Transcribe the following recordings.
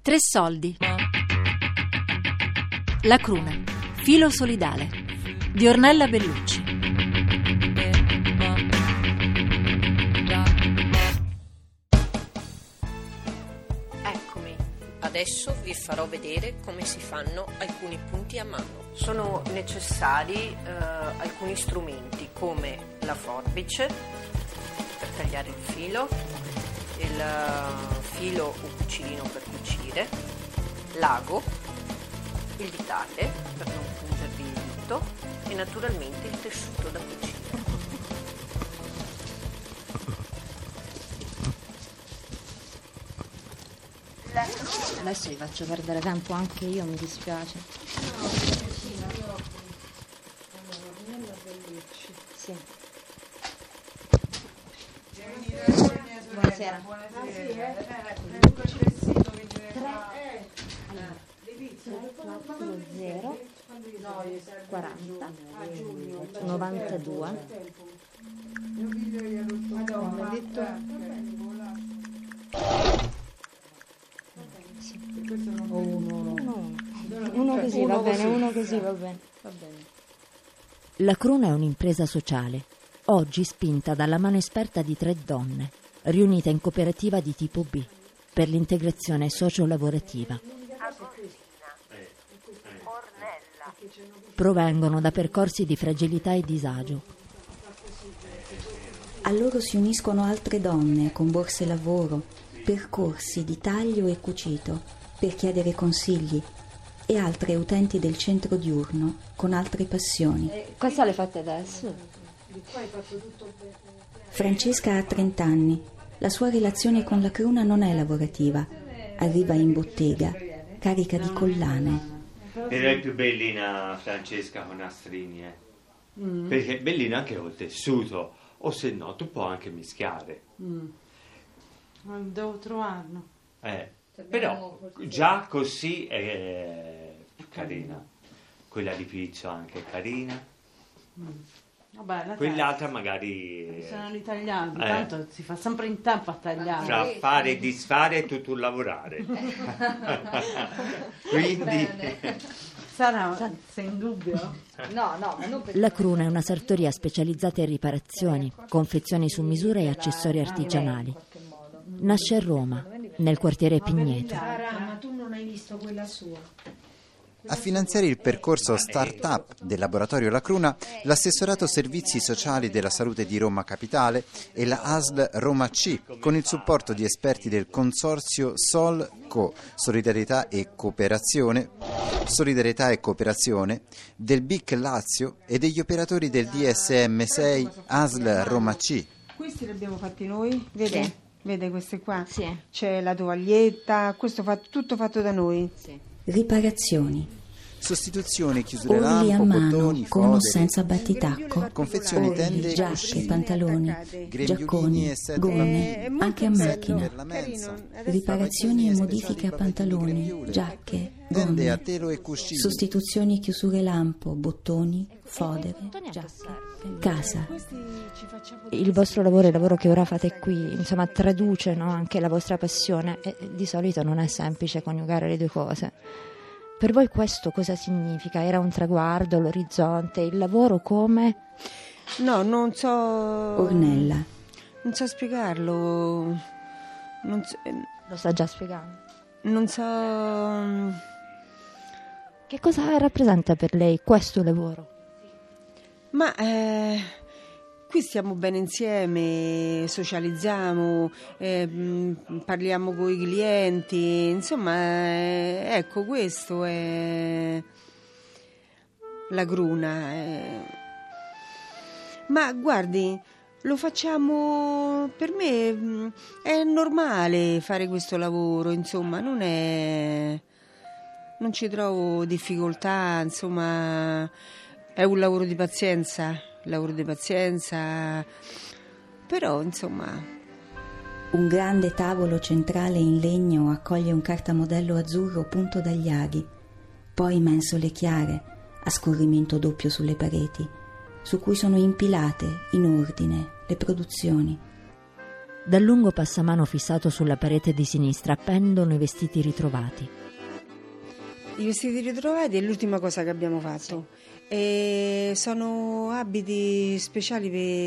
Tre soldi. La cruna. Filo solidale di Ornella Bellucci. Eccomi, adesso vi farò vedere come si fanno alcuni punti a mano. Sono necessari alcuni strumenti come la forbice per tagliare il filo cucino per cucire, l'ago, il ditale per non pungervi il dito e naturalmente il tessuto da cucire. Adesso vi faccio perdere tempo anche io, mi dispiace. Sì. Buonasera. Dunque c'è il sito che deve fare. 40 92 Madonna, detto uno così va bene, uno così va bene. La cruna è un'impresa sociale, oggi spinta dalla mano esperta di 3 donne, riunite in cooperativa di tipo B, per l'integrazione socio-lavorativa. Provengono da percorsi di fragilità e disagio. A loro si uniscono altre donne con borse lavoro, percorsi di taglio e cucito per chiedere consigli e altre utenti del centro diurno con altre passioni. Questa le fate adesso? Francesca ha 30 anni. La sua relazione con la cruna non è lavorativa. Arriva in bottega, carica di collane. Però è più bellina Francesca con nastrini, perché è bellina anche col tessuto, o se no tu puoi anche mischiare. devo trovarlo. Però già così è carina. Quella di pizzo anche è carina. Vabbè, quell'altra magari sono ritagliati, tanto si fa sempre in tempo a tagliare. Fra fare e disfare è tutto un lavorare. Quindi Sara, sei in dubbio? No, ma non per... La cruna è una sartoria specializzata in riparazioni, confezioni su misura e accessori artigianali. Nasce a Roma, nel quartiere Pigneto. Sara, ma tu non hai visto quella sua? A finanziare il percorso Start-up del Laboratorio La Cruna, l'Assessorato Servizi Sociali della Salute di Roma Capitale e la ASL Roma C, con il supporto di esperti del consorzio SOL-CO, Solidarietà e Cooperazione, del BIC Lazio e degli operatori del DSM 6 ASL Roma C. Questi li abbiamo fatti noi, vede? Sì. Vede queste qua? Sì. C'è la tovaglietta, questo tutto fatto da noi. Sì. Riparazioni. Sostituzioni, chiusure Orli a lampo, mano, bottoni, con o foderi, senza battitacco. confezioni, tende Orli, e giacche, cuscini, pantaloni, grembiulini giacconi, e set gomme, molto anche a bello. macchina. per la mensa, Riparazioni e Bavettini modifiche a speciali, pantaloni, grembiule, giacche, tende a gomme, telo e cuscini. sostituzioni, chiusure lampo, bottoni, fodere, giacche, casa. Il vostro lavoro, il lavoro che ora fate qui, insomma, traduce, no, anche la vostra passione e di solito non è semplice coniugare le due cose. Per voi questo cosa significa? Era un traguardo, l'orizzonte, il lavoro come? No, non so. Ornella. Non so spiegarlo. Non Lo sta già spiegando. so. Che cosa rappresenta per lei questo lavoro? Ma qui stiamo bene insieme, socializziamo, parliamo con i clienti, insomma, ecco, questo è la cruna. Ma guardi, lo facciamo, per me è normale fare questo lavoro, insomma, non ci trovo difficoltà, insomma, è un lavoro di pazienza, però insomma. Un grande tavolo centrale in legno accoglie un cartamodello azzurro punto dagli aghi, poi mensole chiare a scorrimento doppio sulle pareti, su cui sono impilate in ordine le produzioni. Dal lungo passamano fissato sulla parete di sinistra pendono i vestiti ritrovati. I vestiti ritrovati è l'ultima cosa che abbiamo fatto. E sono abiti speciali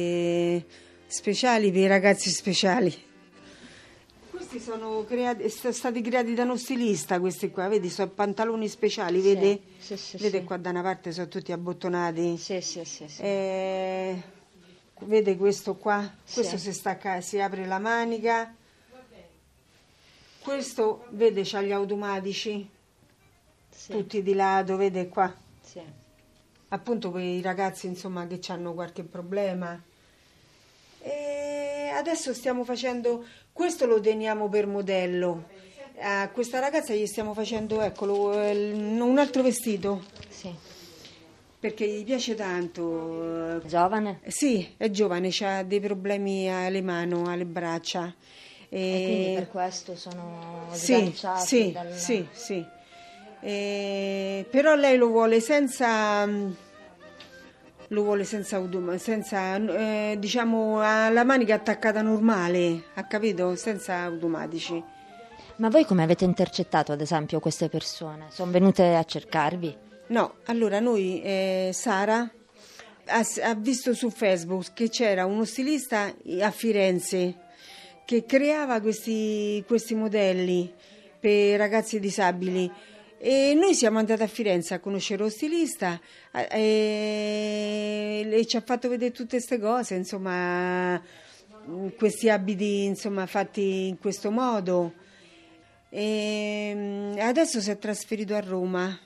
per i ragazzi speciali. Questi sono stati creati da uno stilista, questi qua, vedi, sono pantaloni speciali, vedi? Sì, Vede qua da una parte sono tutti abbottonati. Sì. Vede questo qua? Questo si stacca, si apre la manica. Questo, vede, c'ha gli automatici, tutti di lato, vede qua. Sì. Appunto per i ragazzi, insomma, che hanno qualche problema. E adesso stiamo facendo, questo lo teniamo per modello. A questa ragazza gli stiamo facendo, eccolo, un altro vestito. Sì. Perché gli piace tanto. Giovane? Sì, è giovane, ha dei problemi alle mani, alle braccia. E quindi per questo sono sganciati Sì. Però lei lo vuole senza diciamo, alla manica attaccata normale, ha capito? Senza automatici. Ma voi come avete intercettato, ad esempio, queste persone? Sono venute a cercarvi? No, allora noi, Sara ha visto su Facebook che c'era uno stilista a Firenze che creava questi modelli per ragazzi disabili e noi siamo andati a Firenze a conoscere lo stilista e ci ha fatto vedere tutte queste cose, insomma, questi abiti, insomma, fatti in questo modo. E adesso si è trasferito a Roma.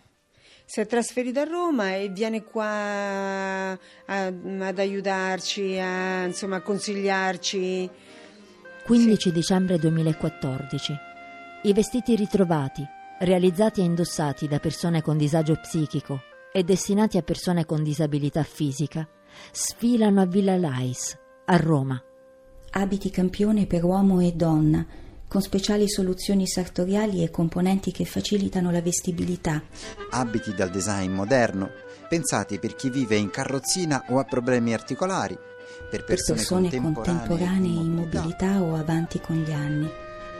E viene qua ad aiutarci, a consigliarci. 15 dicembre 2014. I vestiti ritrovati, realizzati e indossati da persone con disagio psichico e destinati a persone con disabilità fisica, sfilano a Villa Lais, a Roma. Abiti campione per uomo e donna, con speciali soluzioni sartoriali e componenti che facilitano la vestibilità. Abiti dal design moderno, pensati per chi vive in carrozzina o ha problemi articolari, per persone contemporanee in mobilità o avanti con gli anni.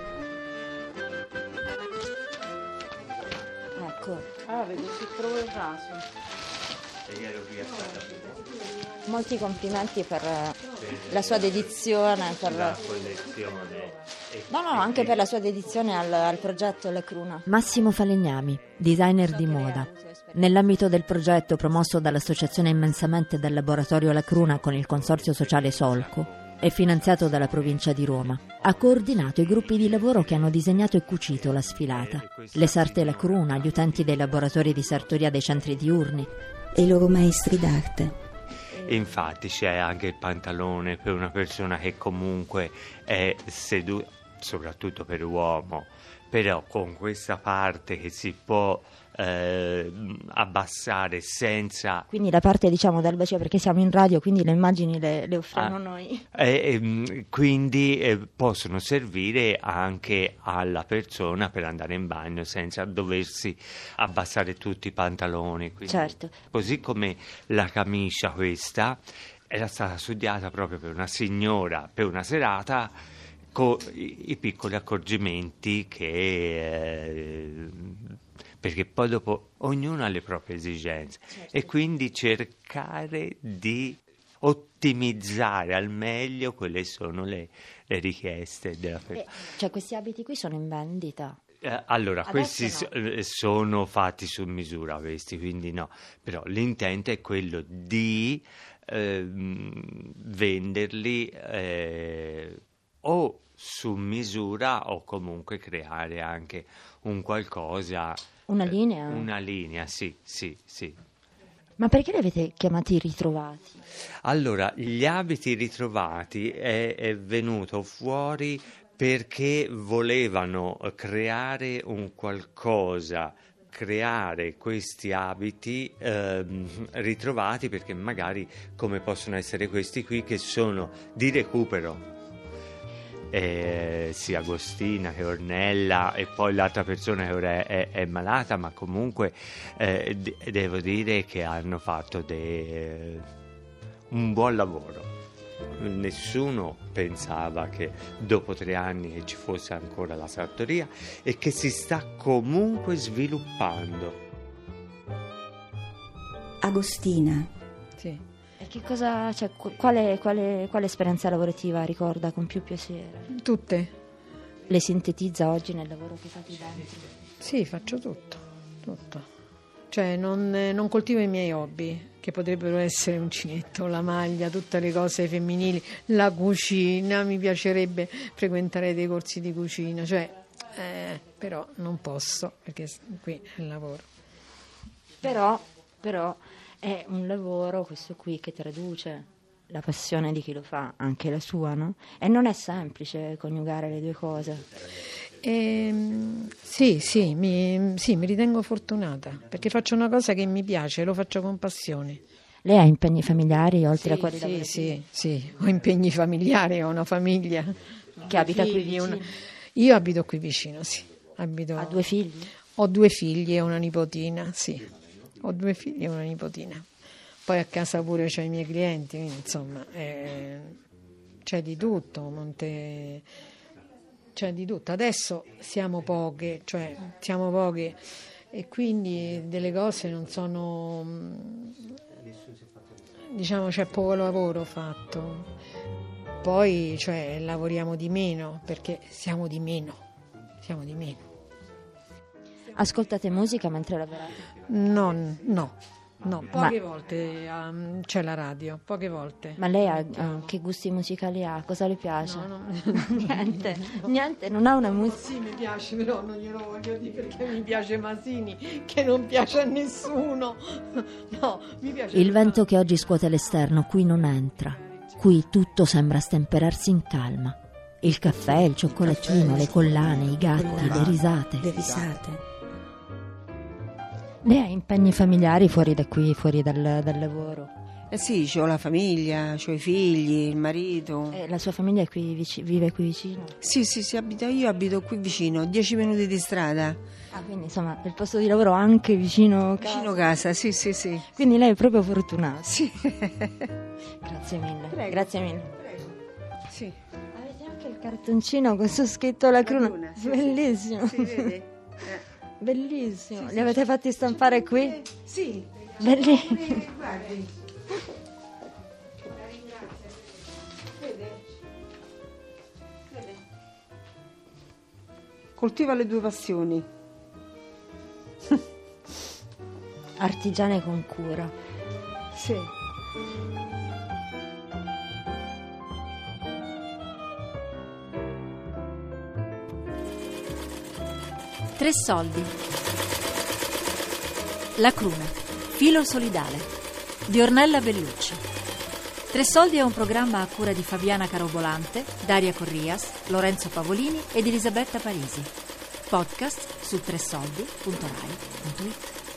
Ecco. Vedo si trova il raso. Molti complimenti per la sua dedizione, per la collezione. No, anche per la sua dedizione al progetto La Cruna. Massimo Falegnami, designer di moda. Nell'ambito del progetto promosso dall'Associazione Immensamente del Laboratorio La Cruna con il Consorzio Sociale Solco e finanziato dalla provincia di Roma, ha coordinato i gruppi di lavoro che hanno disegnato e cucito la sfilata. Le sarte La Cruna, gli utenti dei laboratori di sartoria dei centri diurni e i loro maestri d'arte. Infatti c'è anche il pantalone per una persona che comunque è seduta, soprattutto per uomo, però con questa parte che si può abbassare senza... Quindi la parte, diciamo, dal bacino, perché siamo in radio, quindi le immagini le offriamo noi. Quindi possono servire anche alla persona per andare in bagno senza doversi abbassare tutti i pantaloni. Quindi, certo. Così come la camicia questa era stata studiata proprio per una signora, per una serata, con i piccoli accorgimenti che... perché poi dopo ognuno ha le proprie esigenze, certo. E quindi cercare di ottimizzare al meglio quelle sono le richieste della persona. Cioè questi abiti qui sono in vendita? Allora, adesso questi sono fatti su misura, questi, quindi no, però l'intento è quello di venderli o su misura o comunque creare anche un qualcosa. Una linea? Una linea, sì. Ma perché li avete chiamati ritrovati? Allora, gli abiti ritrovati è venuto fuori perché volevano creare un qualcosa, creare questi abiti ritrovati, perché magari come possono essere questi qui che sono di recupero. Sia Agostina che Ornella e poi l'altra persona che ora è malata, ma comunque devo dire che hanno fatto un buon lavoro. Nessuno pensava che dopo 3 anni ci fosse ancora la sartoria e che si sta comunque sviluppando. Agostina. Sì. E che cosa, cioè, quale esperienza lavorativa ricorda con più piacere? Tutte. Le sintetizza oggi nel lavoro che fate dentro? Sì, faccio tutto. Cioè non coltivo i miei hobby, che potrebbero essere uncinetto, la maglia, tutte le cose femminili, la cucina, mi piacerebbe frequentare dei corsi di cucina, cioè, però non posso perché qui è il lavoro. Però è un lavoro questo qui che traduce la passione di chi lo fa, anche la sua, no? E non è semplice coniugare le due cose. Sì, mi ritengo fortunata perché faccio una cosa che mi piace, lo faccio con passione. Lei ha impegni familiari oltre a quelli lavorativi? Sì, ho impegni familiari, ho una famiglia che abita qui vicino. Io abito qui vicino, sì. Ha 2 figli? Ho 2 figli e una nipotina, sì. Ho 2 figli e una nipotina. Poi a casa pure c'ho i miei clienti, quindi insomma c'è di tutto, c'è di tutto. Adesso siamo poche e quindi delle cose non sono, diciamo, c'è poco lavoro fatto. Poi lavoriamo di meno perché siamo di meno. Ascoltate musica mentre lavorate? No, poche volte c'è la radio, poche volte. Ma lei che gusti musicali ha? Cosa le piace? No. Niente, non ha una musica. Sì, mi piace, però non glielo voglio dire perché mi piace Masini, che non piace a nessuno. No, mi piace. Il vento che oggi scuote l'esterno qui non entra. Qui tutto sembra stemperarsi in calma. Il caffè, il cioccolatino, le collane, i gatti, le risate. Lei ha impegni familiari fuori da qui, fuori dal lavoro? Sì, ho la famiglia, ho i figli, il marito. La sua famiglia è qui vive qui vicino? Sì, io abito qui vicino, 10 minuti di strada. Ah, quindi insomma il posto di lavoro anche vicino casa? Vicino casa, sì. Quindi lei è proprio fortunata. Sì. Grazie mille. Prego. Grazie mille. Prego. Sì. Avete anche il cartoncino con su scritto la cruna? Sì, bellissimo. Sì, vedi? Bellissimo. Sì, Li avete fatti stampare qui? Sì. Bellissimo. Guardi. Vede? Coltiva le 2 passioni. Artigiane con cura. Sì. Tre soldi. La cruna. Filo solidale. Di Ornella Bellucci. Tre soldi è un programma a cura di Fabiana Carobolante, Daria Corrias, Lorenzo Pavolini ed Elisabetta Parisi. Podcast su tresoldi.rai.it.